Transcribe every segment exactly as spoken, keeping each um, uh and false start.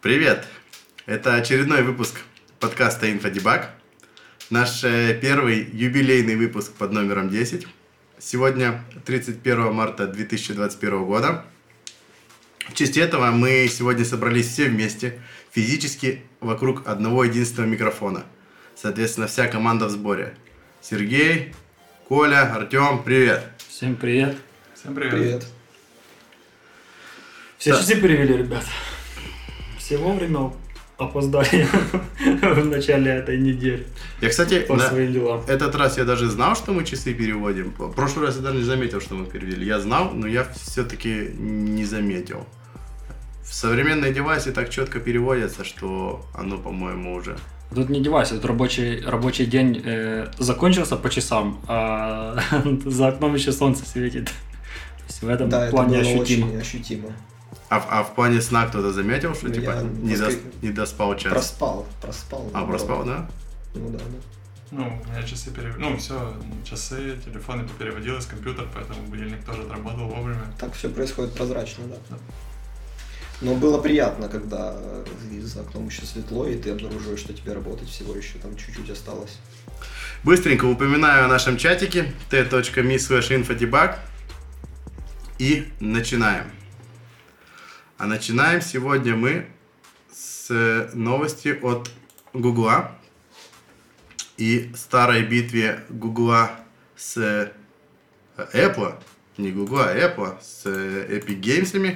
Привет! Это очередной выпуск подкаста InfoDebug. Наш э, первый юбилейный выпуск под номером десять. Сегодня тридцать первого марта две тысячи двадцать первого года. В честь этого мы сегодня собрались все вместе, физически вокруг одного единственного микрофона. Соответственно, вся команда в сборе. Сергей, Коля, Артем, привет! Всем привет! Всем привет! Привет! Все да. Часы перевели, ребят. Все вовремя опоздали в начале этой недели. Я, кстати, по на своим делам. Этот раз я даже знал, что мы часы переводим. В прошлый раз я даже не заметил, что мы перевели. Я знал, но я все-таки не заметил. В современные девайсы так четко переводятся, что оно, по-моему, уже... Тут не девайс, тут рабочий, рабочий день э, закончился по часам, а за окном еще солнце светит. То есть в этом да, плане это было ощутимо. очень ощутимо. А, а в плане сна кто-то заметил, что Ну, типа я не, поск... дос, не доспал час? Проспал, проспал. А, проспал, да? Ну да, да. Ну, у меня часы перевели. Ну, все, часы, телефоны попереводилось, компьютер, поэтому будильник тоже отработал вовремя. Так все происходит прозрачно, да. да. Но было приятно, когда за окном еще светло, и ты обнаруживаешь, что тебе работать всего еще там чуть-чуть осталось. Быстренько упоминаю о нашем чатике ти точка ми слэш инфодебаг. И начинаем. А начинаем сегодня мы с новости от Гугла и старой битве Гугла с Apple, не Гугла, а Apple, с Epic Games'ами,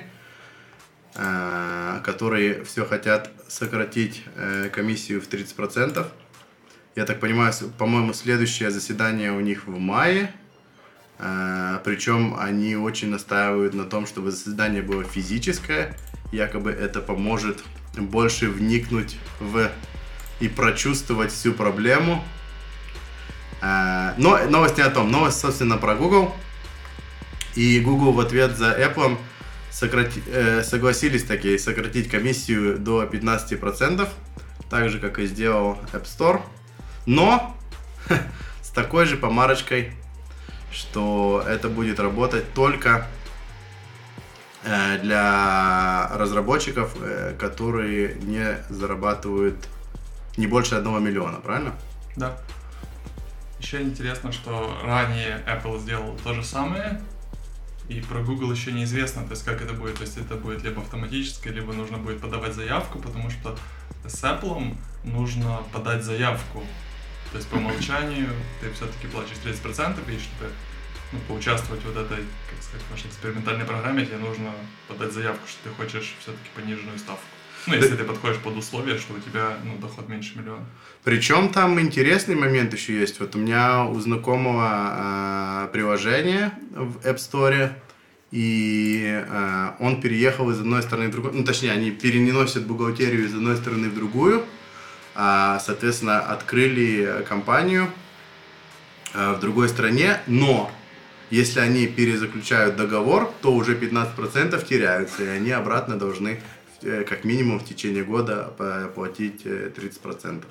которые все хотят сократить комиссию в тридцать процентов. Я так понимаю, по-моему, следующее заседание у них в мае. Uh, причем они очень настаивают на том, чтобы заседание было физическое. Якобы это поможет больше вникнуть в и прочувствовать всю проблему. Uh, но новость не о том. Новость, собственно, про Google. И Google в ответ за Apple сократи, э, согласились таки сократить комиссию до пятнадцать процентов. Так же, как и сделал App Store. Но с такой же помарочкой, что это будет работать только э, для разработчиков, э, которые не зарабатывают не больше одного миллиона, правильно? Да. Еще интересно, что ранее Apple сделал то же самое, и про Google еще неизвестно, то есть как это будет, то есть это будет либо автоматически, либо нужно будет подавать заявку, потому что с Apple нужно подать заявку. То есть по умолчанию ты все-таки платишь тридцать процентов, и чтобы ну, поучаствовать в вот этой, как сказать, вашей экспериментальной программе, тебе нужно подать заявку, что ты хочешь все-таки пониженную ставку. Ну, если ты подходишь под условие, что у тебя ну, доход меньше миллиона. Причем там интересный момент еще есть. Вот у меня у знакомого э, приложение в App Store, и э, он переехал из одной стороны в другую. Ну, точнее, они переносят бухгалтерию из одной стороны в другую. А, соответственно, открыли компанию а, в другой стране, но если они перезаключают договор, то уже пятнадцать процентов теряются, и они обратно должны как минимум в течение года платить тридцать процентов.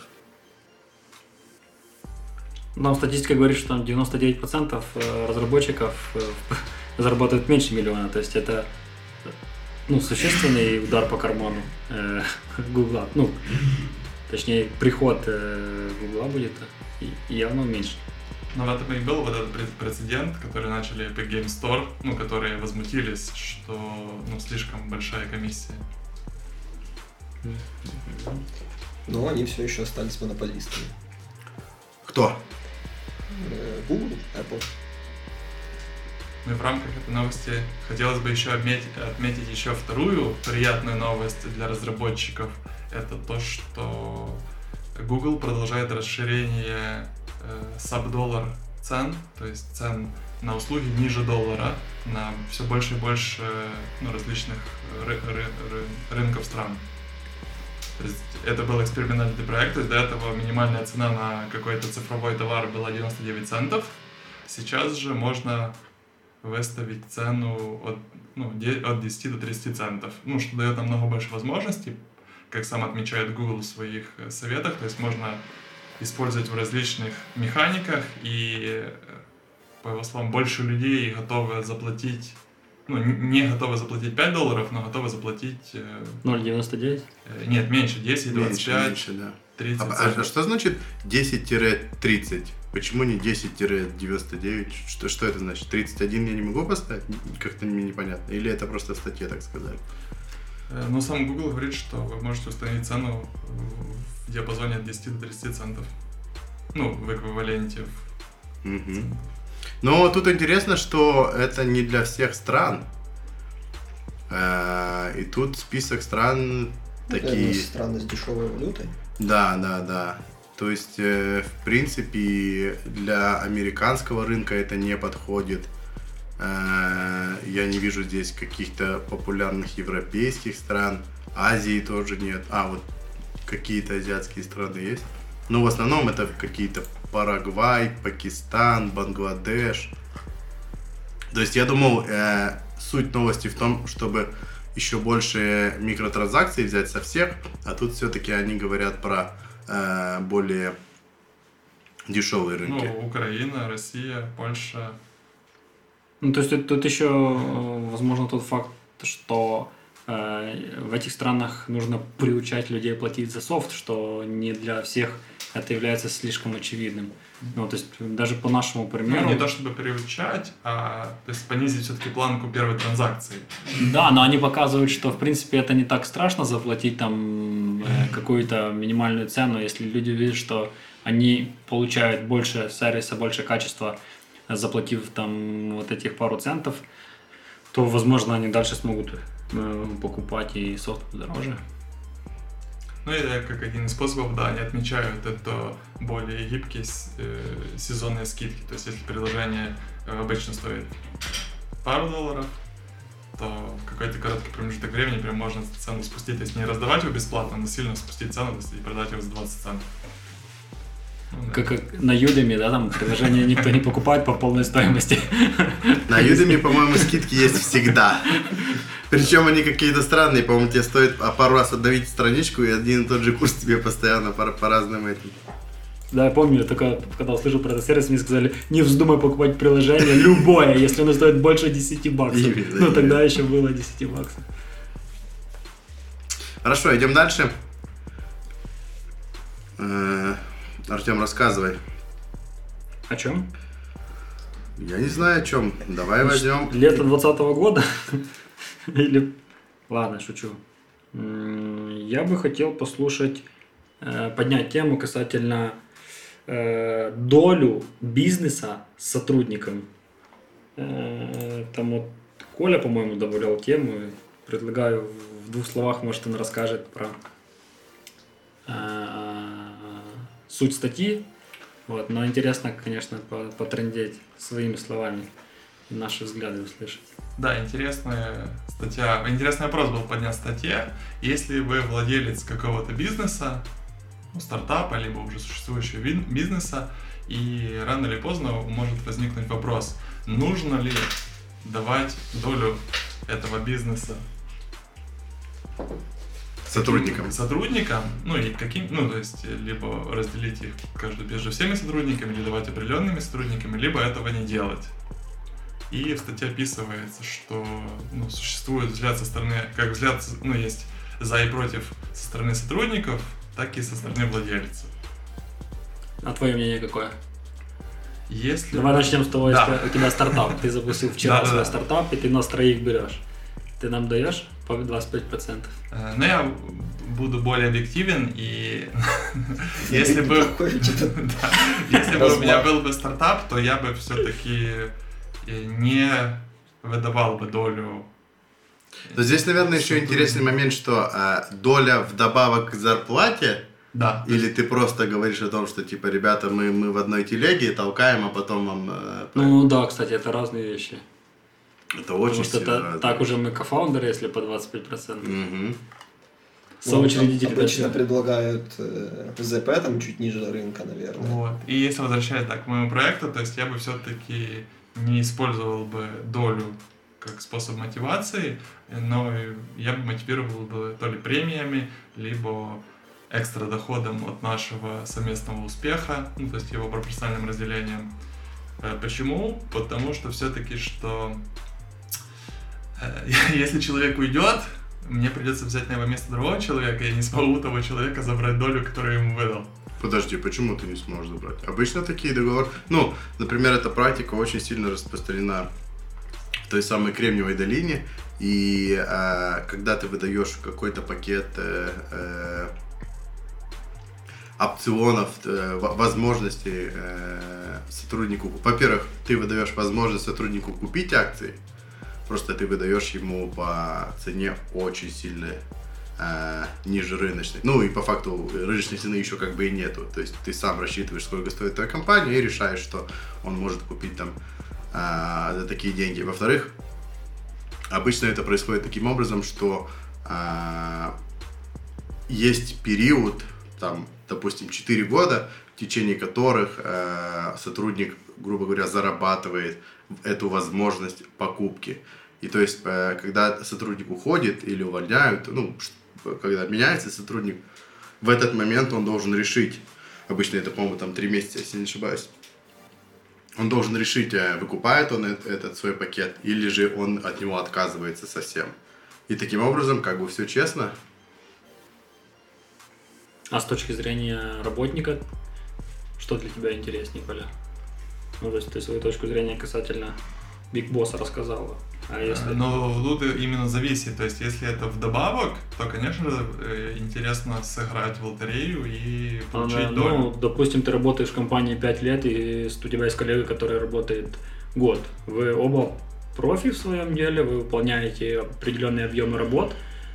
Нам статистика говорит, что там девяносто девять процентов разработчиков зарабатывают меньше миллиона, то есть это ну, существенный удар по карману э, Гугла. Ну, точнее, приход э, Гугла будет явно меньше. Но в этом и был вот этот прецедент, который начали Epic Games Store, ну, которые возмутились, что ну, слишком большая комиссия. Но они все еще остались монополистами. Кто? Google, Apple. Ну и в рамках этой новости хотелось бы еще отметить, отметить еще вторую приятную новость для разработчиков. Это то, что Google продолжает расширение э, саб-доллар цен, то есть цен на услуги ниже доллара на все больше и больше ну, различных ры- ры- ры- рынков стран. То есть это был экспериментальный проект, то есть до этого минимальная цена на какой-то цифровой товар была девяносто девять центов. Сейчас же можно выставить цену от, ну, от десяти до тридцати центов, ну, что дает намного больше возможностей, как сам отмечает Google в своих советах, то есть можно использовать в различных механиках, и, по его словам, больше людей готовы заплатить ну, не готовы заплатить пять долларов, но готовы заплатить... Э, ноль девяносто девять? Э, нет, меньше, десять, двадцать пять, меньше, да. тридцать. А, а что значит десять-тридцать? Почему не десять-девяносто девять? Что, что это значит? тридцать один я не могу поставить? Как-то мне непонятно. Или это просто в статье так сказали? Э, ну, сам Google говорит, что вы можете установить цену в диапазоне от десяти до тридцати центов. Ну, в эквиваленте. Угу. Но тут интересно, что это не для всех стран. И тут список стран ну, такие... Страны с дешевой валютой. Да, да, да. То есть, в принципе, для американского рынка это не подходит. Я не вижу здесь каких-то популярных европейских стран. Азии тоже нет. А, вот какие-то азиатские страны есть. Но в основном это какие-то Парагвай, Пакистан, Бангладеш. То есть я думал, э, суть новости в том, чтобы еще больше микротранзакций взять со всех, а тут все-таки они говорят про э, более дешевые рынки. Ну, Украина, Россия, Польша. Ну, то есть тут, тут еще, возможно, тот факт, что э, в этих странах нужно приучать людей платить за софт, что не для всех это является слишком очевидным. Ну, то есть даже по нашему примеру... Ну, не то чтобы приучать, а то есть понизить все-таки планку первой транзакции. Да, но они показывают, что в принципе это не так страшно заплатить там э, какую-то минимальную цену, если люди видят, что они получают больше сервиса, больше качества, заплатив там вот этих пару центов, то, возможно, они дальше смогут э, покупать и софт подороже. Ну, это как один из способов, да, они отмечают это более гибкие э, сезонные скидки. То есть, если приложение э, обычно стоит пару долларов, то в какой-то короткий промежуток времени прям можно цену спустить. То есть, не раздавать его бесплатно, но сильно спустить цену и продать его за двадцать центов. Ну, да. Как, как на Udemy, да, там приложение никто не покупает по полной стоимости. На Udemy, по-моему, скидки есть всегда. Причем они какие-то странные, по-моему, тебе стоит пару раз обновить страничку, и один и тот же курс тебе постоянно по, по разным этим. Да, я помню, я только когда услышал про этот сервис, мне сказали, не вздумай покупать приложение любое, если оно стоит больше десяти баксов. Именно, ну, тогда еще было десять баксов. Хорошо, идем дальше. Артем, рассказывай. О чем? Я не знаю о чем. Давай возьмем. Лето двадцатого года? Или... Ладно, шучу. Я бы хотел послушать, поднять тему касательно долю бизнеса с сотрудником. Там вот Коля, по-моему, добавлял тему. Предлагаю в двух словах, может, он расскажет про суть статьи. Вот. Но интересно, конечно, потрындеть своими словами и наши взгляды услышать. Да, интересная статья, интересный вопрос был поднят в статье. Если вы владелец какого-то бизнеса, ну, стартапа, либо уже существующего бизнеса, и рано или поздно может возникнуть вопрос, нужно ли давать долю этого бизнеса сотрудникам. Сотрудникам, ну и каким, ну то есть либо разделить их каждый между всеми сотрудниками, или давать определенными сотрудниками, либо этого не делать. И в статье описывается, что ну, существует взгляд со стороны, как взгляд, ну, есть за и против со стороны сотрудников, так и со стороны владельцев. А твое мнение какое? Если... Давай начнем с того, да. если у тебя стартап. Ты запустил вчера да, свой да. стартап, и ты нас троих берешь. Ты нам даешь по двадцать пять процентов? Ну, я буду более объективен, и если бы если бы у меня был бы стартап, то я бы все-таки не выдавал бы долю. Но здесь, наверное, еще интересный момент, что э, доля вдобавок к зарплате, да. Или ты просто говоришь о том, что типа, ребята, мы, мы в одной телеге толкаем, а потом вам... Э, ну да, кстати, это разные вещи. Это очень Потому что это, разные. так уже мы кофаундеры, если по двадцать пять процентов. Угу. Соучредитель. Ну, обычно предлагают э, ЗП там чуть ниже рынка, наверное. Вот. И если возвращаясь так, к моему проекту, то есть я бы все-таки не использовал бы долю как способ мотивации, но я бы мотивировал бы то ли премиями, либо экстра доходом от нашего совместного успеха, ну, то есть его пропорциональным разделением. Почему? Потому что все-таки, что Если человек уйдет, мне придется взять на его место другого человека, и я не смогу у того человека забрать долю, которую я ему выдал. Подожди, почему ты не сможешь забрать? Обычно такие договоры... Ну, например, эта практика очень сильно распространена в той самой Кремниевой долине, и э, когда ты выдаешь какой-то пакет э, э, опционов, э, возможностей э, сотруднику... Во-первых, ты выдаешь возможность сотруднику купить акции, просто ты выдаешь ему по цене очень сильно э, ниже рыночной. Ну и по факту рыночной цены еще как бы и нету. То есть ты сам рассчитываешь, сколько стоит твоя компания, и решаешь, что он может купить там э, за такие деньги. Во-вторых, обычно это происходит таким образом, что э, есть период, там, допустим, четыре года, в течение которых э, сотрудник, грубо говоря, зарабатывает эту возможность покупки. И то есть, э, когда сотрудник уходит или увольняют, ну, когда меняется сотрудник, в этот момент он должен решить, обычно это, по-моему, там три месяца, если не ошибаюсь, он должен решить, э, выкупает он этот, этот свой пакет, или же он от него отказывается совсем. И таким образом, как бы все честно. А с точки зрения работника, что для тебя интереснее, Коля? Ну, то есть ты свою точку зрения касательно Big Boss рассказала. А если... Но тут именно зависит. То есть, если это вдобавок, то, конечно же, интересно сыграть в лотерею и получить а, долю. Ну, допустим, ты работаешь в компании пять лет, и у тебя есть коллега, который работает год. Вы оба профи в своем деле, вы выполняете определенные объемы работ,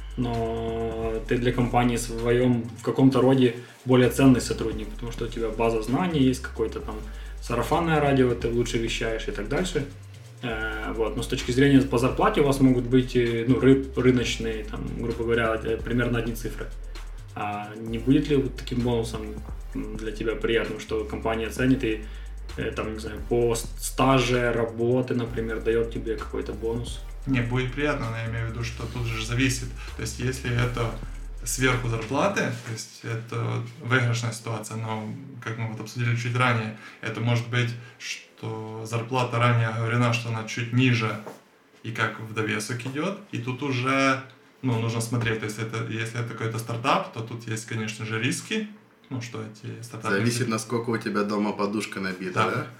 но ты для компании в своем в каком-то роде более ценный сотрудник, потому что у тебя база знаний есть, какой-то там сарафанное радио, ты лучше вещаешь и так дальше. Э, вот. Но с точки зрения по зарплате у вас могут быть ну, ры, рыночные, там, грубо говоря, примерно одни цифры. А не будет ли вот таким бонусом для тебя приятным, что компания ценит и там, не знаю, по стаже работы, например, дает тебе какой-то бонус? Не, будет приятно, но я имею в виду, что тут же зависит. То есть, если это сверху зарплаты, то есть это выигрышная ситуация, но, как мы вот обсудили чуть ранее, это может быть, что зарплата ранее оговорена, что она чуть ниже и как в довесок идет, и тут уже, ну, нужно смотреть, то есть это, если это какой-то стартап, то тут есть, конечно же, риски, ну, что эти стартапы... Зависит, насколько у тебя дома подушка набита, да? да?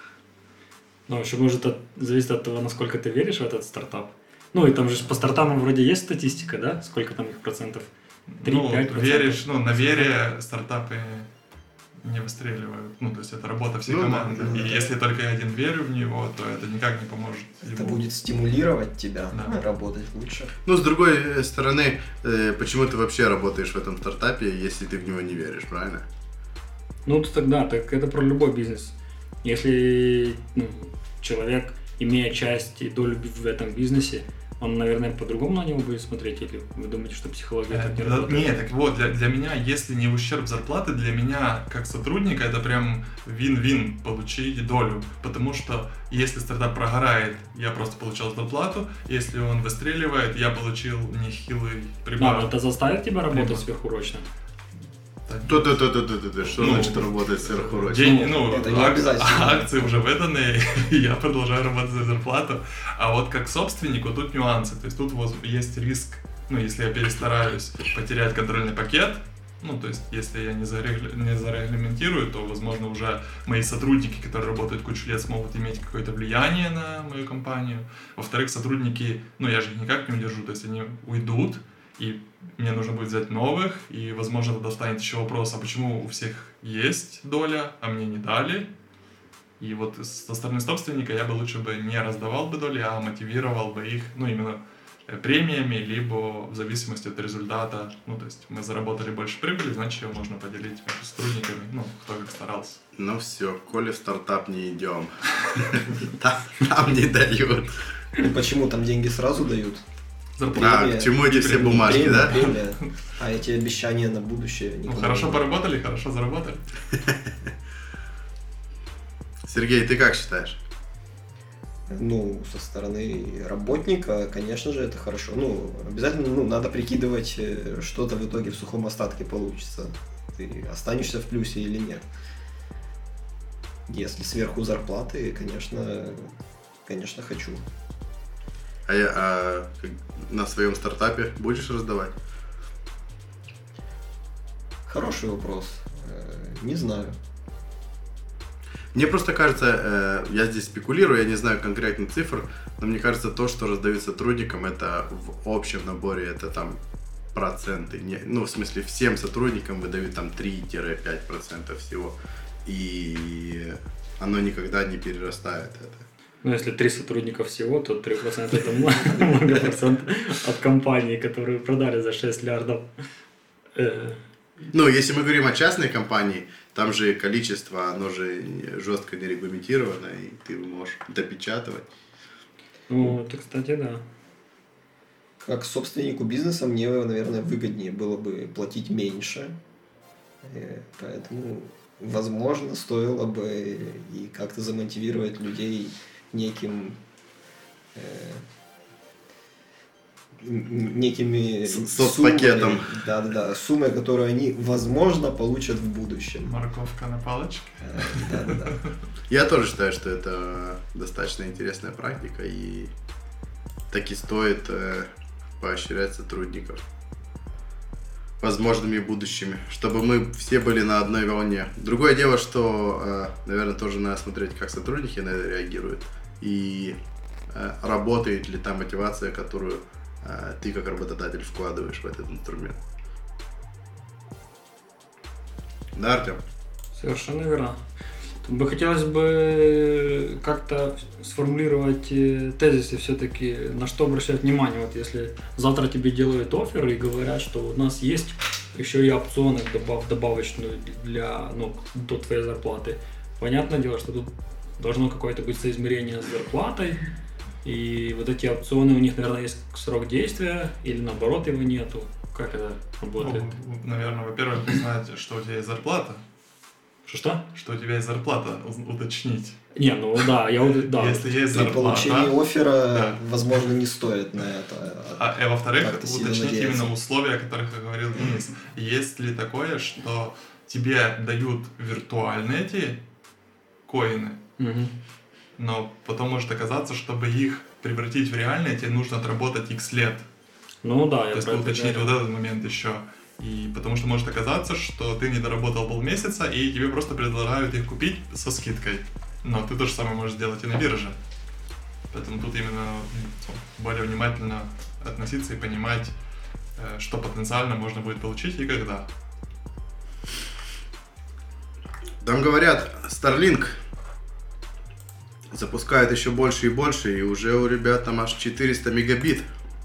Ну, еще может от, зависит от того, насколько ты веришь в этот стартап. Ну, и там же по стартапам вроде есть статистика, да? Сколько там их процентов? три-пять Ну, веришь, ну, на вере стартапы не выстреливают. Ну, то есть это работа всей ну, команды. да, да, и да. если только я один верю в него, то это никак не поможет Это ему. будет стимулировать тебя Да. работать лучше. Ну, с другой стороны, э, почему ты вообще работаешь в этом стартапе, если ты в него не веришь, правильно? Ну, то тогда, так это про любой бизнес. Если ну, человек, имея часть и долю в этом бизнесе, он, наверное, по-другому на него будет смотреть, или вы думаете, что психология так не Да, работает? нет, так вот, для, для меня, если не в ущерб зарплаты, для меня, как сотрудника, это прям вин-вин получить долю. Потому что если стартап прогорает, я просто получал зарплату, если он выстреливает, я получил нехилый прибавок. А, это заставит тебя работать Прибавок. сверхурочно? То-то-то-то-то-то, что Ну, значит работать сверхурочно? День, ну, это не ак- обязательно. акции уже выданы, и я продолжаю работать за зарплату. А вот как собственнику тут нюансы. То есть тут вот есть риск, ну, если я перестараюсь потерять контрольный пакет, ну, то есть если я не, зарегля... не зарегламентирую, то, возможно, уже мои сотрудники, которые работают кучу лет, смогут иметь какое-то влияние на мою компанию. Во-вторых, сотрудники, ну, я же их никак не удержу, то есть они уйдут, и мне нужно будет взять новых, и, возможно, тогда станет еще вопрос, а почему у всех есть доля, а мне не дали? И вот со стороны собственника я бы лучше бы не раздавал бы доли, а мотивировал бы их, ну, именно премиями, либо в зависимости от результата. Ну, то есть мы заработали больше прибыли, значит, ее можно поделить между сотрудниками, ну, кто как старался. Ну все, коли в стартап не идем. Там не дают. Ну, почему там деньги сразу дают? Зарплата. А, к чему эти все бумажки, Премия, да? премия. А эти обещания на будущее Ну, никому хорошо не- поработали, хорошо заработали. Сергей, ты как считаешь? Ну, со стороны работника, конечно же, это хорошо. Ну, обязательно, ну, надо прикидывать, э, что-то в итоге в сухом остатке получится. Ты останешься в плюсе или нет. Если сверху зарплаты, конечно, конечно, хочу. А, я, а на своем стартапе будешь раздавать? Хороший вопрос. Не знаю. Мне просто кажется, я здесь спекулирую, я не знаю конкретных цифр, но мне кажется, то, что раздают сотрудникам, это в общем наборе, это там проценты. Не, ну, в смысле, всем сотрудникам выдают там три-пять процентов всего. И оно никогда не перерастает это. Ну, если три сотрудника всего, то три процента это много процентов от компании, которую продали за шесть миллиардов. Ну, если мы говорим о частной компании, там же количество, оно же жестко не регламентировано, и ты можешь допечатывать. Ну, это, кстати, да. Как собственнику бизнеса мне, наверное, выгоднее было бы платить меньше. Поэтому, возможно, стоило бы и как-то замотивировать людей неким... Э, некими соцпакетом. Да-да-да, суммой, которую они, возможно, получат в будущем. Морковка на палочке. Да-да-да. Я тоже считаю, что это достаточно интересная практика, и таки стоит э, поощрять сотрудников возможными будущими, чтобы мы все были на одной волне. Другое дело, что, э, наверное, тоже надо смотреть, как сотрудники на это реагируют, и э, работает ли та мотивация, которую э, ты как работодатель вкладываешь в этот инструмент. Да, Артем? Совершенно верно. Тут бы хотелось бы как-то сформулировать тезисы все-таки, на что обращать внимание. Вот если завтра тебе делают оффер и говорят, что у нас есть еще и опционы добав, добавочную для, ну, до твоей зарплаты. Понятное дело, что тут должно какое-то быть соизмерение с зарплатой. И вот эти опционы, у них, наверное, есть срок действия или наоборот его нету. Как это работает? Ну, наверное, во-первых, узнать, что у тебя есть зарплата. Что-что? Что у тебя есть зарплата, уточнить. Не, ну да, я вот, да. Если есть При зарплата... получении оффера, да. возможно, не стоит на это. А, а во-вторых, уточнить надеяться. именно условия, о которых я говорил Денис. Есть ли такое, что тебе дают виртуальные эти коины, Угу. но потом может оказаться, чтобы их превратить в реальные, тебе нужно отработать X лет. Ну да, я То есть про это уточнить говорю. вот этот момент еще. И потому что может оказаться, что ты не доработал полмесяца, и тебе просто предлагают их купить со скидкой. Но ты то же самое можешь сделать и на бирже. Поэтому тут именно более внимательно относиться и понимать, что потенциально можно будет получить и когда. Там говорят, Starlink запускает еще больше и больше, и уже у ребят там аж четыреста мегабит.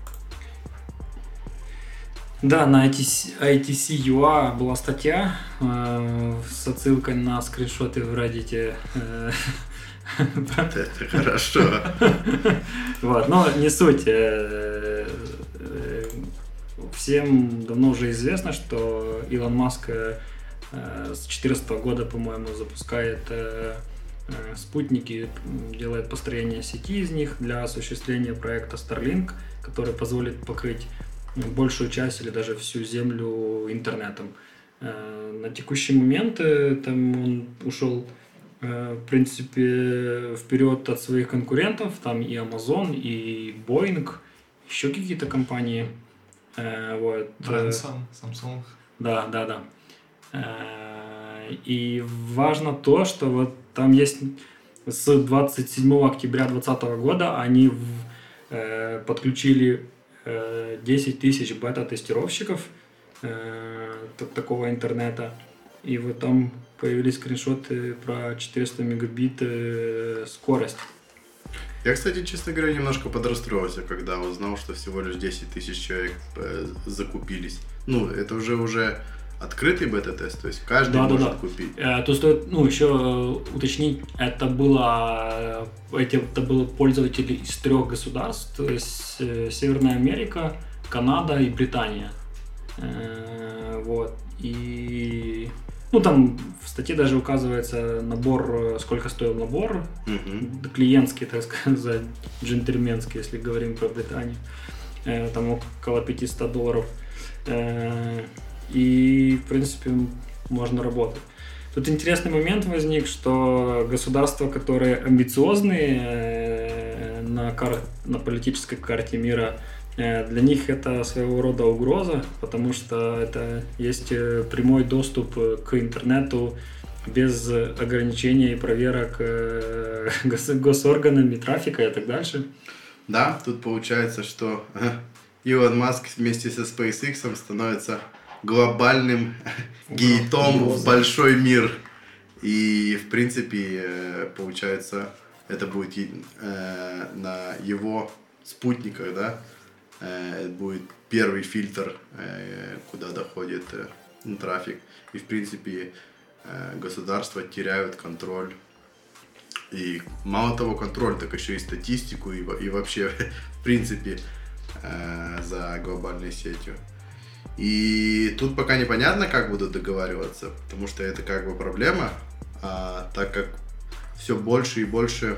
Да, на ай ти си ю эй была статья э, с отсылкой на скриншоты в Reddit. Э, Это хорошо. вот, но не суть. Э, э, всем давно уже известно, что Илон Маск э, с две тысячи четырнадцатого года, по-моему, запускает э, э, спутники, делает построение сети из них для осуществления проекта Starlink, который позволит покрыть большую часть или даже всю землю интернетом. На текущий момент там он ушел, в принципе, вперед от своих конкурентов, там и Amazon, и Boeing, еще какие-то компании. Вот. Branson, Samsung. Да, да, да. И важно то, что вот там есть с двадцать седьмого октября две тысячи двадцатого года они в, подключили десять тысяч бета-тестировщиков э, такого интернета. И вот там появились скриншоты про четыреста мегабит э, скорость. Я, кстати, честно говоря, немножко подрастроился, когда узнал, что всего лишь десять тысяч человек э, закупились. Ну, это уже уже открытый бета-тест, то есть каждый да, может да, да. купить. Э, то стоит, ну, еще уточнить, это было, эти, это было пользователи из трех государств, то есть э, Северная Америка, Канада и Британия. Э, вот. И ну там в статье даже указывается набор, сколько стоил набор, Угу. клиентский, так сказать, джентльменский, если говорим про Британию. Э, там около пятьсот долларов. Э, И, в принципе, можно работать. Тут интересный момент возник, что государства, которые амбициозные на, кар... на политической карте мира, для них это своего рода угроза, потому что это есть прямой доступ к интернету без ограничений и проверок гос... госорганами, трафика и так дальше. Да, тут получается, что Илон Маск вместе со SpaceX становится глобальным гейтом в большой мир. И, в принципе, получается, это будет э, на его спутниках, да, э, будет первый фильтр, э, куда доходит э, трафик. И, в принципе, э, государства теряют контроль. И мало того контроль, так еще и статистику, и, и вообще, в принципе, э, за глобальной сетью. И тут пока непонятно, как будут договариваться, потому что это как бы проблема, а, так как все больше и больше,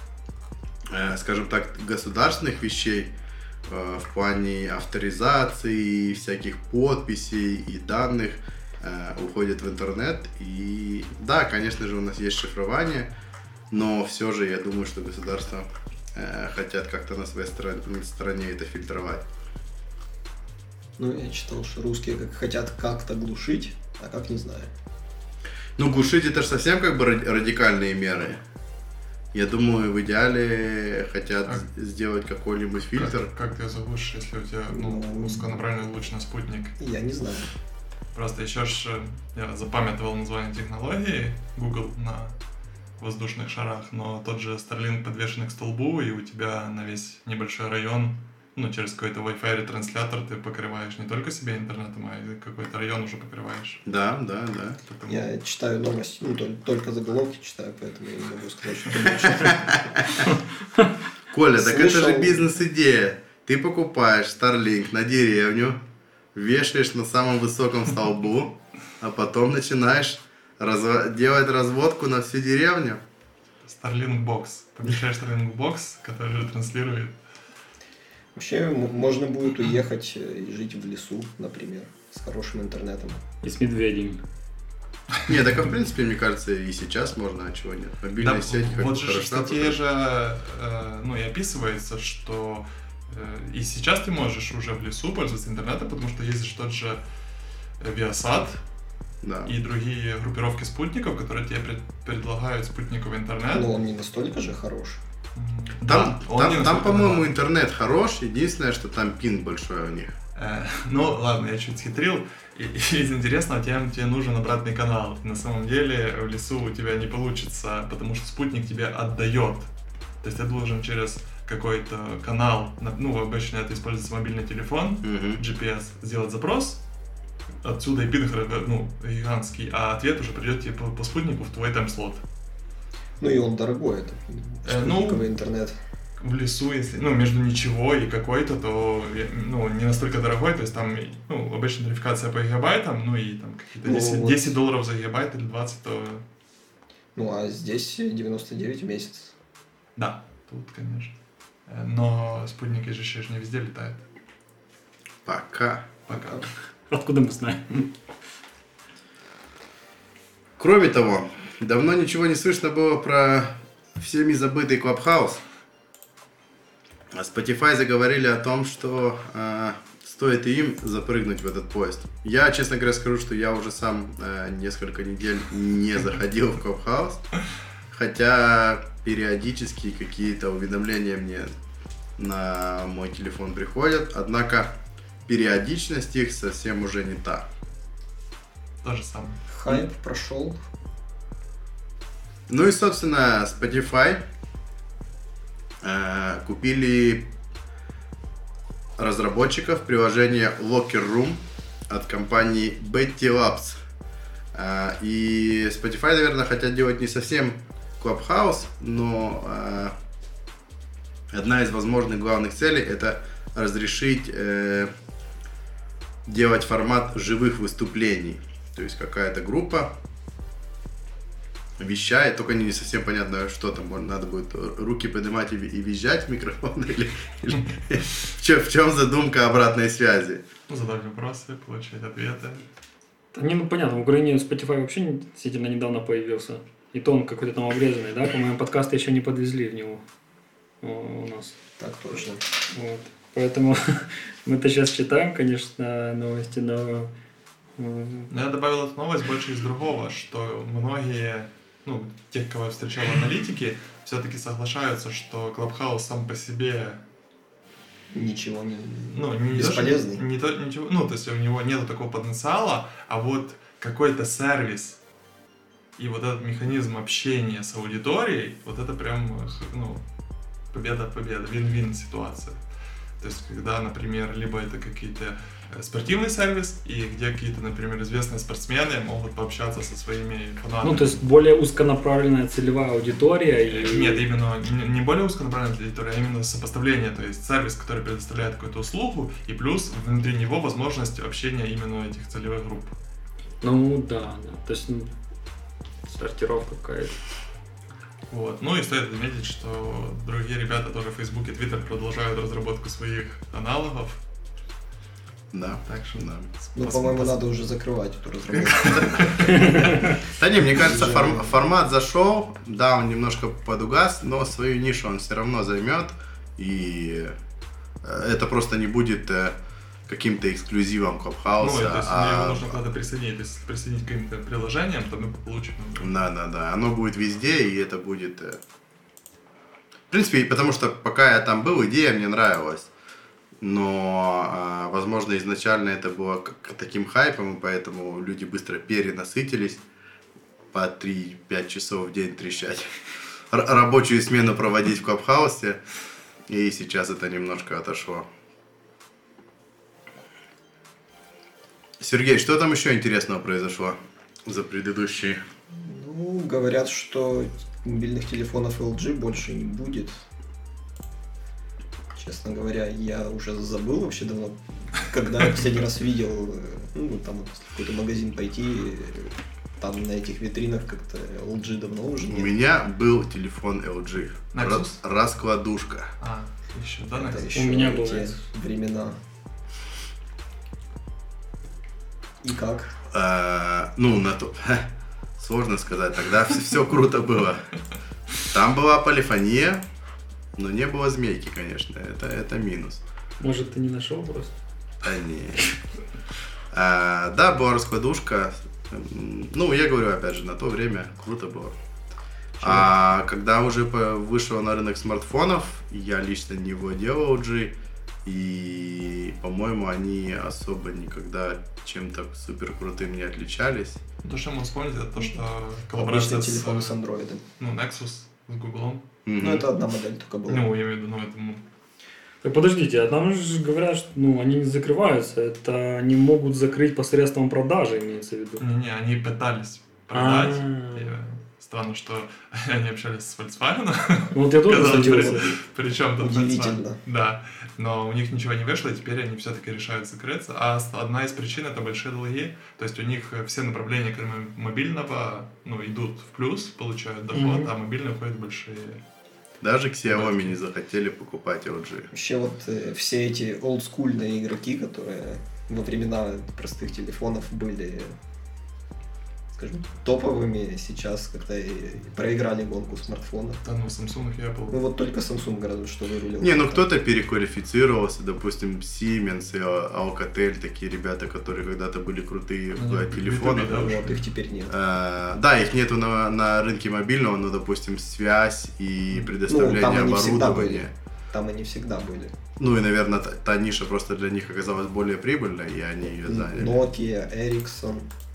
э, скажем так, государственных вещей э, в плане авторизации, всяких подписей и данных э, уходит в интернет. И да, конечно же, у нас есть шифрование, но все же я думаю, что государства э, хотят как-то на своей стороне, на стороне это фильтровать. Ну, я читал, что русские как хотят как-то глушить, а как не знаю. Ну, глушить это же совсем как бы радикальные меры. Я думаю, в идеале хотят а сделать какой-нибудь фильтр. Как, как ты ее заглушишь, если у тебя ну, ну, узконаправленный луч на спутник? Я не знаю. Просто еще ж я запамятовал название технологии Google на воздушных шарах, но тот же Starlink подвешенный к столбу, и у тебя на весь небольшой район, ну, через какой-то Wi-Fi ретранслятор ты покрываешь не только себе интернетом, а и какой-то район уже покрываешь. Да, да, да. Потому... Я читаю новости, ну, только заголовки читаю, поэтому я не могу сказать, что больше. Коля, так это же бизнес-идея. Ты покупаешь Starlink на деревню, вешаешь на самом высоком столбу, а потом начинаешь разв... делать разводку на всю деревню. Starlink Box. Помещаешь Starlink Box, который транслирует. Вообще, можно будет уехать и жить в лесу, например, с хорошим интернетом. И с медведем. Нет, так, в принципе, мне кажется, и сейчас можно, а чего нет. Мобильная да, сеть как вот же в статье же э, ну, и описывается, что э, и сейчас ты можешь уже в лесу пользоваться интернетом, потому что есть же тот же Viasat, да, и другие группировки спутников, которые тебе пред, предлагают спутниковый интернет. Но он не настолько же хорош. Там, да, там, там по-моему, интернет хорош, единственное, что там пинг большой у них. Э, ну, ладно, я чуть схитрил. И, и из интересного, тебе, тебе нужен обратный канал. На самом деле в лесу у тебя не получится, потому что спутник тебе отдает. То есть ты должен через какой-то канал, ну, обычно это используется мобильный телефон, uh-huh. джи пи эс, сделать запрос, отсюда и пинг, ну, гигантский, а ответ уже придет тебе по, по спутнику в твой тайм-слот. Ну и он дорогой, это спутниковый э, ну, интернет. В лесу, если, ну, между ничего и какой-то, то, ну, не настолько дорогой, то есть там, ну, обычная тарификация по гигабайтам, ну и там какие-то десять, ну, вот. десять долларов за гигабайт или двадцать, то... Ну, а здесь девяносто девять в месяц. Да, тут, конечно. Но спутники же еще не везде летают. Пока. Пока. Откуда мы знаем? Кроме того, давно ничего не слышно было про всеми забытый Clubhouse. Spotify заговорили о том, что э, стоит и им запрыгнуть в этот поезд. Я, честно говоря, скажу, что я уже сам э, несколько недель не заходил в Clubhouse, хотя периодически какие-то уведомления мне на мой телефон приходят, однако периодичность их совсем уже не та. То же самое. Хайп прошел. Ну и, собственно, Spotify э, купили разработчиков приложения Locker Room от компании Betty Labs. Э, и Spotify, наверное, хотят делать не совсем Clubhouse, но э, одна из возможных главных целей — это разрешить э, делать формат живых выступлений. То есть какая-то группа вещает, только не совсем понятно, что там, надо будет руки поднимать и, и визжать в микрофон, или, или в, чем, в чем задумка обратной связи? Задать вопросы, получать ответы. Да не, ну понятно, в Украине Spotify вообще действительно недавно появился, и то он какой-то там обрезанный, да, по-моему, подкасты еще не подвезли в него. у нас. Так точно. Вот. Поэтому мы-то сейчас читаем, конечно, новости, но... Но я добавил эту новость больше из другого, что многие, ну, тех, кого я встречал аналитики, все-таки соглашаются, что Clubhouse сам по себе... Ничего не... Ну, не бесполезный. Не то, ничего, ну, то есть у него нет такого потенциала, а вот какой-то сервис и вот этот механизм общения с аудиторией, вот это прям, ну, победа-победа, вин-вин ситуация. То есть, когда, например, либо это какие-то спортивный сервис, и где какие-то, например, известные спортсмены могут пообщаться со своими фанатами. Ну, то есть, более узконаправленная целевая аудитория. И... Нет, именно не более узконаправленная аудитория, а именно сопоставление, то есть сервис, который предоставляет какую-то услугу, и плюс внутри него возможность общения именно этих целевых групп. Ну, да, да. То есть, ну, сортировка какая-то. Вот. Ну и стоит отметить, что другие ребята тоже Facebook и Twitter продолжают разработку своих аналогов. Да. Так что, да. Ну, по-моему, надо уже закрывать эту разработку. Да не, мне кажется, формат зашел, да, он немножко подугас, но свою нишу он все равно займет, и это просто не будет каким-то эксклюзивом Clubhouse. Ну, то есть а... его нужно куда-то присоединить, если присоединить к каким-то приложениям, то мы получим. Да, да, да, оно будет везде, и это будет... В принципе, потому что пока я там был, идея мне нравилась. Но, возможно, изначально это было таким хайпом, и поэтому люди быстро перенасытились по три-пять часов в день трещать, Р- рабочую смену проводить в Клабхаусе, и сейчас это немножко отошло. Сергей, что там еще интересного произошло за предыдущие? Ну, говорят, что мобильных телефонов эл джи больше не будет. Честно говоря, я уже забыл вообще давно, когда я последний раз видел, ну, там вот в какой-то магазин пойти, там на этих витринах как-то эл джи давно уже нет. У меня был телефон эл джи. Nexus? Раскладушка. А, еще, да, Это Nexus? еще У меня был те Nexus. времена. И как? А, ну, на то... Сложно сказать, тогда все круто было. Там была полифония, но не было змейки, конечно, это, это минус. Может, ты не нашел просто? А не. А, да, была раскладушка. Ну, я говорю, опять же, на то время круто было. А когда уже вышел на рынок смартфонов, я лично не владел эл джи. И, по-моему, они особо никогда чем-то супер крутым не отличались. То, что мы вспомнить, это то, что Обычный коллаборация телефон с, с андроидом. ну, Nexus с Google. Мгм. Ну, это одна модель только была. Ну, я имею в виду, ну, это, ну, Так подождите, а нам же говорят, что ну, они не закрываются, это они могут закрыть посредством продажи, имеется в виду. не-не, они пытались продать. А. И, э, Странно, что они общались с Volkswagen. Ну, вот я тоже Казалось бы, задумался. Причем тут Удивительно. Volkswagen. Да, но у них ничего не вышло, и теперь они все-таки решают закрыться. А с- одна из причин — это большие долги. То есть у них э, все направления, кроме мобильного, ну, идут в плюс, получают доход, Мгм. а мобильные уходят в большие. Даже Xiaomi не захотели покупать эл джи. Вообще вот э, все эти олдскульные игроки, которые во времена простых телефонов были, скажем, топовыми, сейчас как-то и проиграли гонку смартфонов. Да, ну, Samsung и Apple. Ну вот только Samsung разве что вырулил. Не, ну кто-то переквалифицировался, допустим, Siemens и Alcatel, такие ребята, которые когда-то были крутые Ну, в B two B, телефонах. да. Вот, их теперь нет. Э, Да, их нету на, на рынке мобильного, но, допустим, связь и Ну, предоставление там они всегда были. оборудования. Там они всегда были. Ну и, наверное, та, та ниша просто для них оказалась более прибыльной, и они ее заняли. Nokia, Ericsson.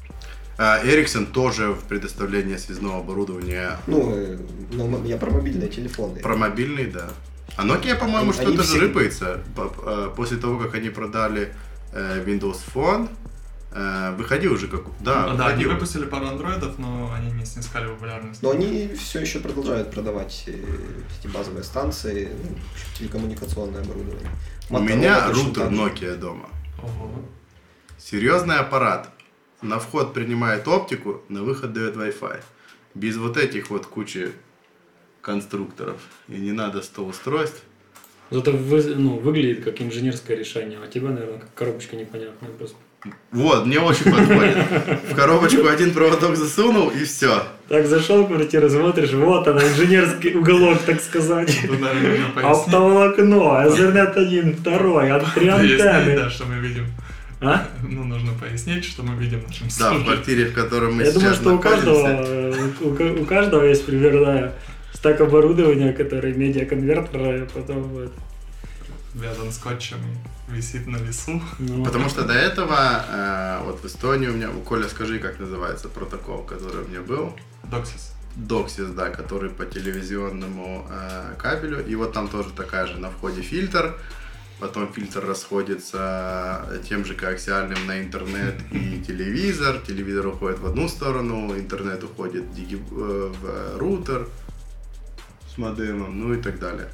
А Ericsson тоже в предоставлении связного оборудования Ну, э, но м- я про мобильные телефоны. про мобильный, да. А Nokia, по-моему, Они- что-то они же все- рыпается. По- э, После того, как они продали э, Windows Phone, э, выходил уже как... Да, Ну, да, они выходил. выпустили пару андроидов, но они не снискали популярность. Но они все еще продолжают продавать э, эти базовые станции, ну, телекоммуникационное оборудование. У Motorola меня точно рутер так же. Nokia дома. Ого. Серьезный аппарат. На вход принимает оптику, на выход дает Wi-Fi. Без вот этих вот кучи конструкторов. И не надо сто устройств. Зато вы- ну, выглядит как инженерское решение, а тебя, наверное, как коробочка непонятная просто. Вот, мне очень подходит. В коробочку один проводок засунул и все. Так зашел в квартиру, смотришь, вот она, инженерский уголок, так сказать. Тут, наверное, нужно пояснить. Оптоволокно, Ethernet один, второй, от три Пояснить, антенны. да, что мы видим. А? Ну, нужно пояснить, что мы видим в нашем Да, в слушателе. квартире, в которой мы Я думаю, сейчас что у каждого, находимся. у, ка- у каждого есть примерно стак оборудования, который медиаконвертер, а потом вот. Вязан скотчем и висит на весу. Ну, Потому что до этого, э, вот в Эстонии у меня, Коля, скажи, как называется протокол, который у меня был. Доксис. Доксис, да, который по телевизионному э, кабелю. И вот там тоже такая же на входе фильтр. Потом фильтр расходится тем же коаксиальным на интернет и телевизор. Телевизор уходит в одну сторону, интернет уходит в, диги- э, в роутер с модемом, ну и так далее.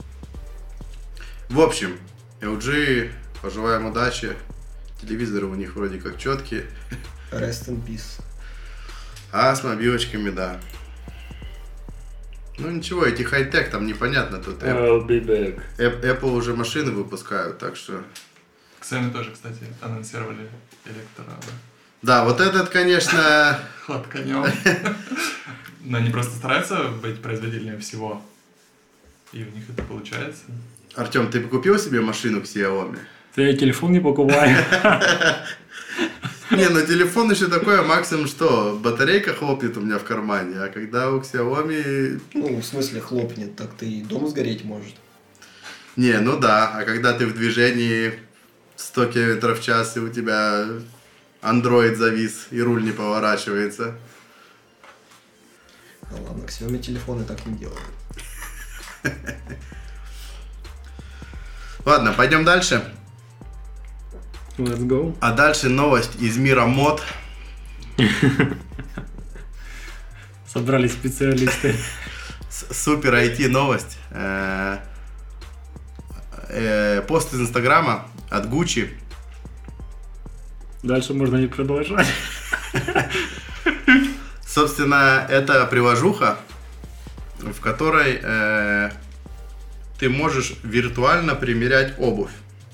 В общем, эл джи, пожелаем удачи. Телевизоры у них вроде как четкие. Rest in peace. А с мобилочками, да. Ну ничего, эти хай-тек там непонятно. Тут I'll be back. App- Apple уже машины выпускают, так что... Xiaomi тоже, кстати, анонсировали электро... Да, вот этот, конечно... Ход конем. Но они просто стараются быть производительнее всего. И у них это получается. Артем, ты купил себе машину к Xiaomi? Ты телефон не покупай. Не, ну телефон еще такое, максимум что, батарейка хлопнет у меня в кармане, а когда у Xiaomi... Ну, в смысле хлопнет, так ты и дом сгореть может. Не, ну да, а когда ты в движении сто километров в час, и у тебя Android завис, и руль не поворачивается. Ну ладно, к Xiaomi телефоны так не делают. Ладно, пойдем дальше. Let's go. А дальше новость из мира мод. Собрались специалисты. С- Супер ай ти новость. Э, э, Пост из Инстаграма от Gucci. Дальше можно не продолжать. Собственно, это приложуха, в которой э, ты можешь виртуально примерять обувь.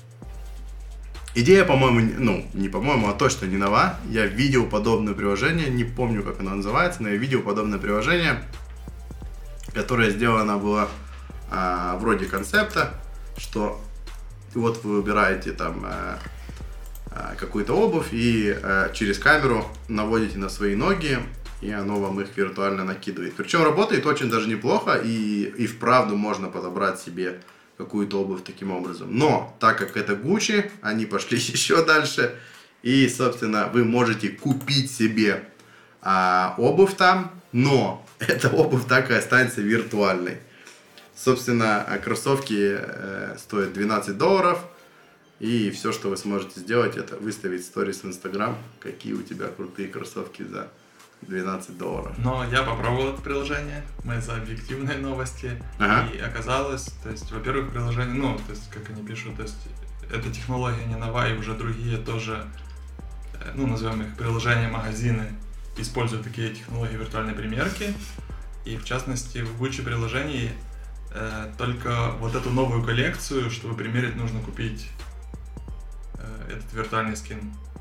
Идея, по-моему, не- ну, не по-моему, а точно не нова. Я видел подобное приложение, не помню, как оно называется, но я видел подобное приложение, которое сделано было а, вроде концепта, что вот вы выбираете там а, а, какую-то обувь и а, через камеру наводите на свои ноги, и оно вам их виртуально накидывает. Причем работает очень даже неплохо, и, и вправду можно подобрать себе какую-то обувь таким образом. Но, так как это Gucci, они пошли еще дальше, и, собственно, вы можете купить себе а, обувь там, но эта обувь так и останется виртуальной. Собственно, а кроссовки э, стоят двенадцать долларов, и все, что вы сможете сделать, это выставить сторис в Инстаграм, какие у тебя крутые кроссовки за двенадцать долларов. Но я попробовал это приложение, мы за объективные новости, Ага. и оказалось, то есть, во-первых, приложение, ну, то есть, как они пишут, то есть, эта технология не нова, и уже другие тоже, э, ну, назовем их приложения, магазины, используют такие технологии виртуальной примерки, и, в частности, в Gucci приложении э, только вот эту новую коллекцию, чтобы примерить, нужно купить э, этот виртуальный скин.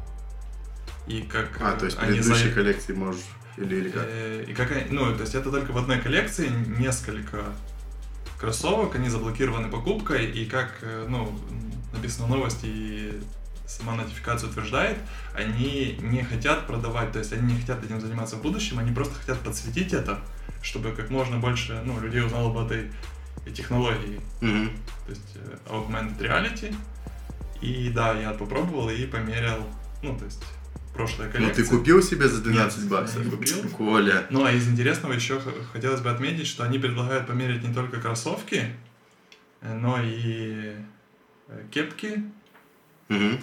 И как А, то есть они предыдущей за- коллекции можешь, или, или как? Э, И как они, ну, то есть это только в одной коллекции несколько кроссовок, они заблокированы покупкой, и как, э, ну, написано в новости, и сама нотификация утверждает, они не хотят продавать, то есть они не хотят этим заниматься в будущем, они просто хотят подсветить это, чтобы как можно больше, ну, людей узнало об этой технологии, Мгм. то есть э, augmented reality. И да, я попробовал и померял, ну, то есть прошлая Ну коллекция. ты купил себе за двенадцать Нет, баксов? я не купил. Коля. Ну, а из интересного еще х- хотелось бы отметить, что они предлагают померить не только кроссовки, э, но и э, кепки, Мгм.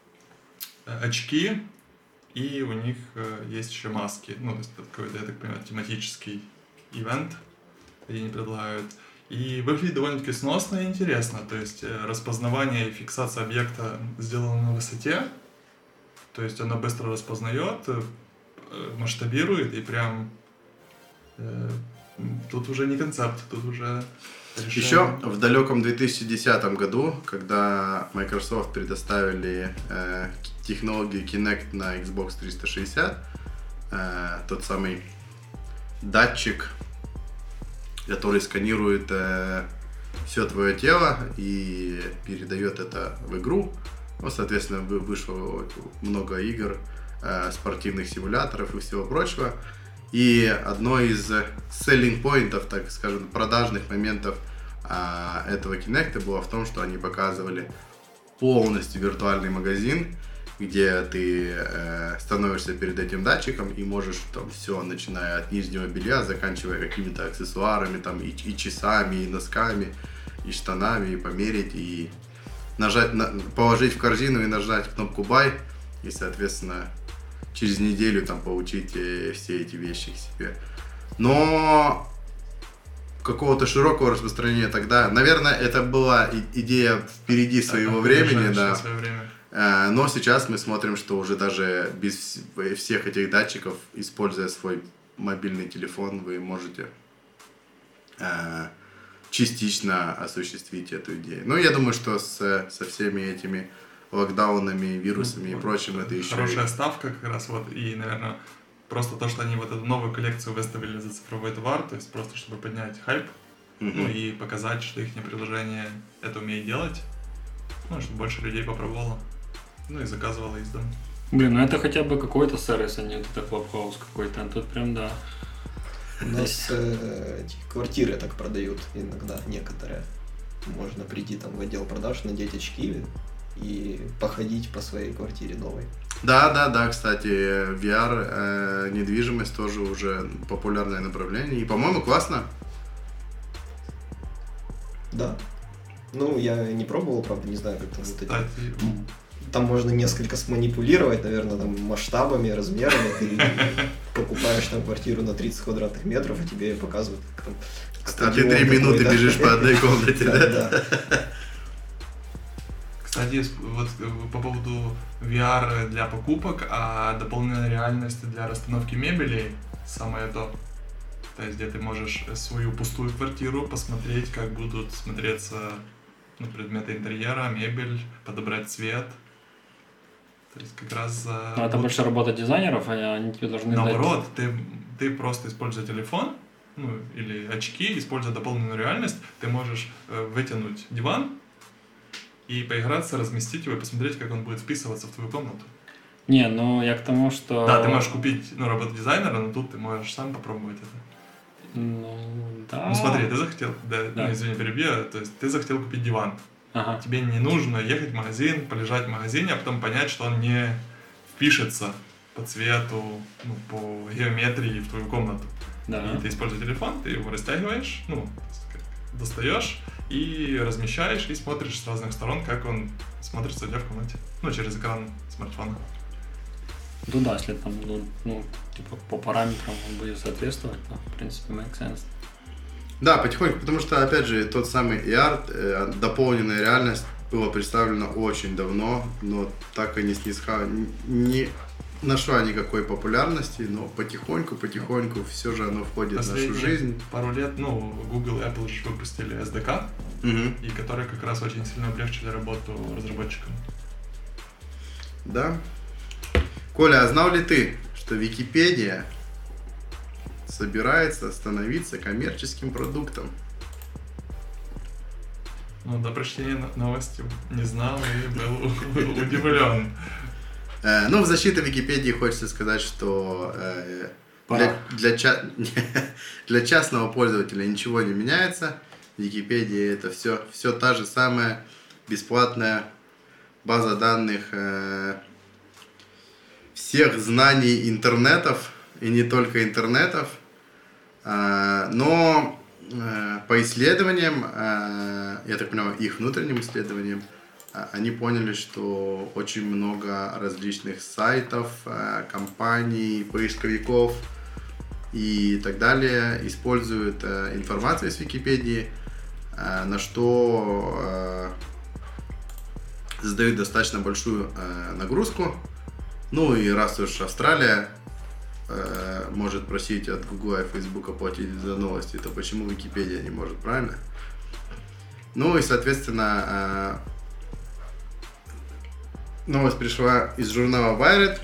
э, очки, и у них э, есть еще маски. Ну, то есть это какой-то, я так понимаю, тематический ивент, где они предлагают. И выглядит довольно-таки сносно и интересно. То есть э, распознавание и фиксация объекта сделано на высоте. То есть она быстро распознает, э, э, масштабирует и прям э, м, тут уже не концепт, тут уже решение. Еще в далеком две тысячи десятом году, когда Microsoft предоставили э, технологию Kinect на Xbox триста шестьдесят. Э, тот самый датчик, который сканирует э, все твое тело и передает это в игру. Ну, соответственно, вышло много игр, э, спортивных симуляторов и всего прочего. И одно из selling point'ов, так скажем, продажных моментов э, этого Kinect было в том, что они показывали полностью виртуальный магазин, где ты э, становишься перед этим датчиком и можешь там все, начиная от нижнего белья, заканчивая какими-то аксессуарами, там и, и часами, и носками, и штанами, и померить, и нажать, на, положить в корзину и нажать кнопку buy, и, соответственно, через неделю там получить все эти вещи к себе. Но какого-то широкого распространения тогда, наверное, это была идея впереди своего времени, да. Но сейчас мы смотрим, что уже даже без всех этих датчиков, используя свой мобильный телефон, вы можете частично осуществить эту идею. Ну, я думаю, что с, со всеми этими локдаунами, вирусами ну, и прочим, это еще... Хорошая ставка как раз, вот, и, наверное, просто то, что они вот эту новую коллекцию выставили за цифровой товар, то есть просто чтобы поднять хайп, mm-hmm. ну, и показать, что их приложение это умеет делать, ну, чтобы больше людей попробовало, ну, и заказывало из дома. Блин, ну это хотя бы какой-то сервис, а не это клабхаус какой-то, а тут прям, да. У нас э, квартиры так продают иногда, некоторые. Можно прийти там в отдел продаж, надеть очки и походить по своей квартире новой. Да, да, да, кстати, ви ар, э, недвижимость тоже уже популярное направление. И, по-моему, классно. Да. Ну, я не пробовал, правда, не знаю, как там вот эти... Там можно несколько сманипулировать, наверное, там масштабами, размерами. Ты покупаешь там квартиру на тридцать квадратных метров, и тебе показывают, как там... А ты три минуты да? бежишь по одной комнате, да? Кстати, вот по поводу ви ар для покупок, а дополненная реальность для расстановки мебели самое то. То есть, где ты можешь свою пустую квартиру посмотреть, как будут смотреться ну, предметы интерьера, мебель, подобрать цвет. То есть как раз... Но это вот... больше работа дизайнеров, а они тебе должны Наоборот, дать... ты, ты просто используя телефон, ну, или очки, используя дополненную реальность, ты можешь э, вытянуть диван и поиграться, разместить его и посмотреть, как он будет вписываться в твою комнату. Не, ну я к тому, что... Да, ты можешь купить ну, работу дизайнера, но тут ты можешь сам попробовать это. Ну, да. Ну смотри, ты захотел, да, да. Ну, извини, перебью, то есть ты захотел купить диван. Ага. Тебе не нужно ехать в магазин, полежать в магазине, а потом понять, что он не впишется по цвету, ну, по геометрии в твою комнату. Да. И ты используешь телефон, ты его растягиваешь, ну, достаешь и размещаешь, и смотришь с разных сторон, как он смотрится у тебя в комнате. Ну, через экран смартфона. Ну да, если там, ну, ну типа по параметрам он будет соответствовать, то, в принципе, make sense. Да, потихоньку, потому что, опять же, тот самый и ар, э, дополненная реальность, была представлена очень давно, но так и не снисха... не нашла никакой популярности, но потихоньку, потихоньку все же оно входит Последние в нашу жизнь. Пару лет, ну, Google и Apple же выпустили эс ди кей, угу. и которые как раз очень сильно облегчили работу разработчикам. Да. Коля, а знал ли ты, что Википедия собирается становиться коммерческим продуктом? Ну, до прочтения новости не знал и был удивлен. Э, ну, в защиту Википедии хочется сказать, что э, для, для, ча- для частного пользователя ничего не меняется. Википедия это все, все та же самая бесплатная база данных э, всех знаний интернетов, и не только интернетов. Э, но э, по исследованиям, э, я так понимаю, их внутренним исследованиям, они поняли, что очень много различных сайтов, компаний, поисковиков и так далее используют информацию из Википедии, на что задают достаточно большую нагрузку. Ну и раз уж Австралия может просить от Google и Facebook платить за новости, то почему Википедия не может, правильно? Ну и, соответственно, новость пришла из журнала Wired.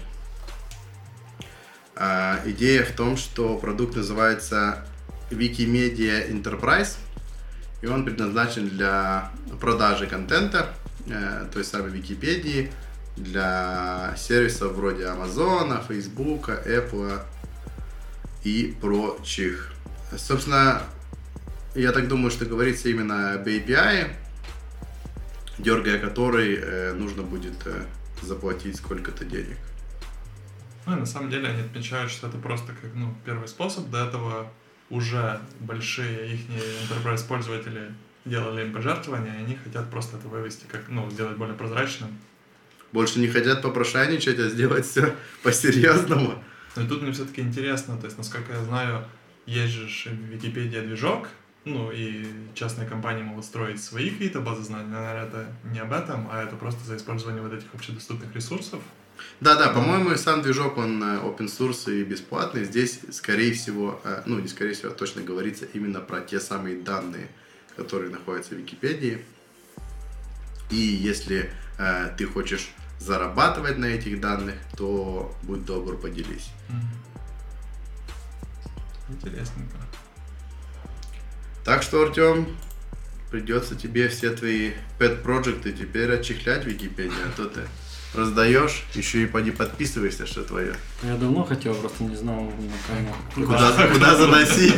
А, идея в том, что продукт называется Wikimedia Enterprise, и он предназначен для продажи контента, э, той самой Википедии, для сервисов вроде Амазона, Фейсбука, Apple и прочих. Собственно, я так думаю, что говорится именно об эй пи ай, дергая который э, нужно будет э, заплатить сколько-то денег. Ну и на самом деле они отмечают, что это просто как ну, первый способ. До этого уже большие их enterprise пользователи делали им пожертвования, и они хотят просто это вывести, как, ну, сделать более прозрачным. Больше не хотят попрошайничать, а сделать все по-серьезному. Но и тут мне все-таки интересно, то есть, насколько я знаю, есть же Википедия движок, ну и частные компании могут строить свои какие-то базы знаний. Наверное, это не об этом, а это просто за использование вот этих общедоступных ресурсов. Да-да, по-моему, сам движок, он open source и бесплатный. Здесь, скорее всего, ну не скорее всего, а точно говорится именно про те самые данные, которые находятся в Википедии. И если э, ты хочешь зарабатывать на этих данных, то будь добр, поделись. Интересненько. Так что, Артем, придется тебе все твои pet-проекты теперь отчехлять в Википедии, а то ты раздаешь, еще и поди подписываешься, что твое. Я давно хотел, просто не знал, на Куда, куда, куда заносить?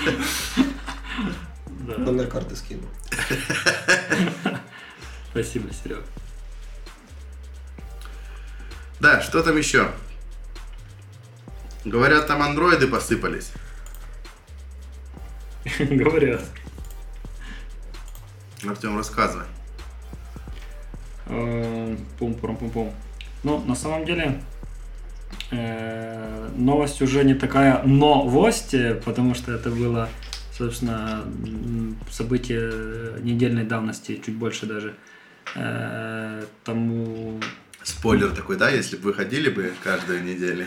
Да. Номер карты скину. Спасибо, Серега. Да, что там еще? Говорят, там андроиды посыпались. Говорят. Артем, рассказывай. Пум-пум-пум-пум. Ну, на самом деле, э, новость уже не такая новость, потому что это было, собственно, событие недельной давности, чуть больше даже. Э, тому... Спойлер такой, да, если бы выходили бы каждую неделю.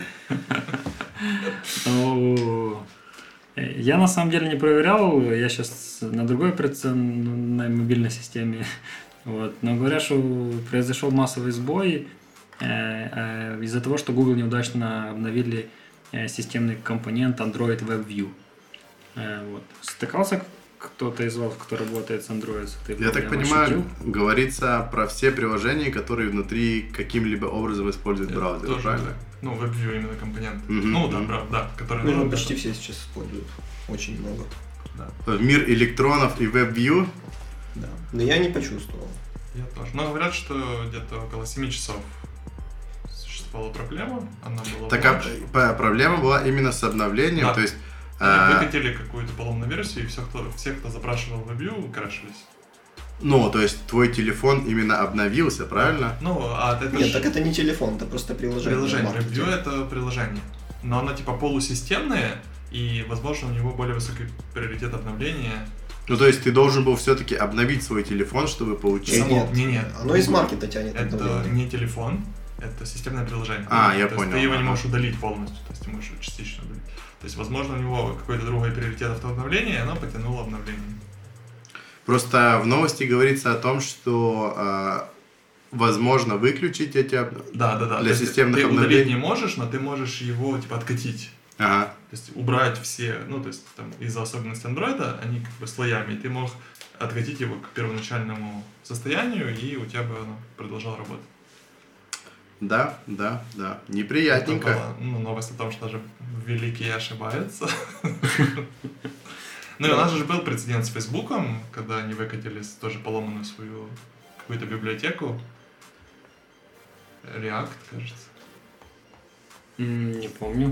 Ну, я на самом деле не проверял, я сейчас на другой операционной мобильной системе. Вот. Но говорят, что произошел массовый сбой э, э, из-за того, что Google неудачно обновили э, системный компонент Android WebView. Э, вот. Стыкался кто-то из вас, кто работает с Android? С этой Я так понимаю, ощутил? Говорится про все приложения, которые внутри каким-либо образом используют Это браузер, тоже, правильно? Да. Ну, WebView именно компонент. Mm-hmm. Ну, да, mm-hmm. да, который... Ну, ну, почти это... все сейчас используют. Очень много. Да. В мир электронов и WebView. Да. Но я не почувствовал. Я тоже. Но говорят, что где-то около семи часов существовала проблема. Она была Так а, проблема была именно с обновлением, да. То есть... Они а... выкатили какую-то поломную версию, и все, кто, все, кто запрашивал WebView, крашились. Ну, то есть твой телефон именно обновился, правильно? Ну, а это Нет, ж... так это не телефон, это просто приложение. Приложение. WebView это приложение. Но оно типа полусистемное, и, возможно, у него более высокий приоритет обновления. Ну, то есть ты должен был все-таки обновить свой телефон, чтобы получить... Само... Нет, не, нет. Оно из маркета тянет Это обновление. не телефон, это системное приложение. А, я то понял. Есть ты его не ага. можешь удалить полностью, то есть ты можешь его частично удалить. То есть, возможно, у него какой-то другой приоритет автообновления, и оно потянуло обновление. Просто в новости говорится о том, что э, возможно выключить эти обновления. Да, да, да. Для то системных ты обновлений. удалить не можешь, но ты можешь его типа откатить. Ага. То есть убрать все, ну то есть там из-за особенностей андроида, они как бы слоями, и ты мог откатить его к первоначальному состоянию, и у тебя бы оно продолжало работать. Да, да, да. Неприятненько. Это была, ну, новость о том, что даже великие ошибаются. Ну и у нас же был прецедент с Фейсбуком, когда они выкатили тоже поломанную свою какую-то библиотеку. React, кажется. Не помню.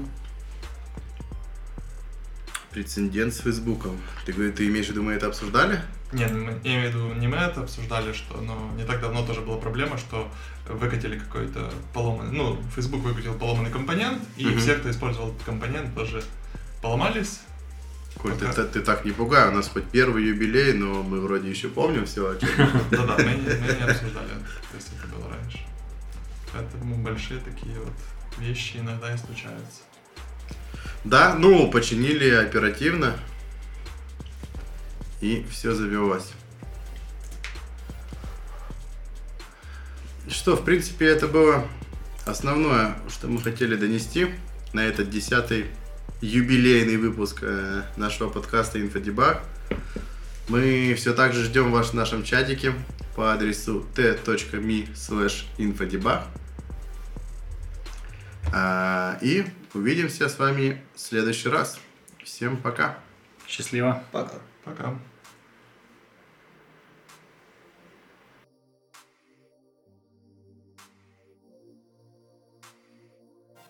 Прецедент с Фейсбуком. Ты, ты имеешь в виду, мы это обсуждали? Нет, я имею в виду, не мы это обсуждали, что но не так давно тоже была проблема, что выкатили какой-то поломанный, ну, Facebook выкатил поломанный компонент, и Mm-hmm. все, кто использовал этот компонент, тоже поломались. Коль, Пока... ты, ты, ты так не пугай, у нас хоть первый юбилей, но мы вроде еще помним все, о чем. Да-да, мы не обсуждали это, то есть это было раньше. Поэтому большие такие вот вещи иногда и случаются. Да, ну, починили оперативно, и все завелось. Что, в принципе, это было основное, что мы хотели донести на этот десятый юбилейный выпуск э, нашего подкаста InfoDebug. Мы все так же ждем вас в нашем чатике по адресу t.me slash infodebug. А, и увидимся с вами в следующий раз. Всем пока. Счастливо. Пока. Пока.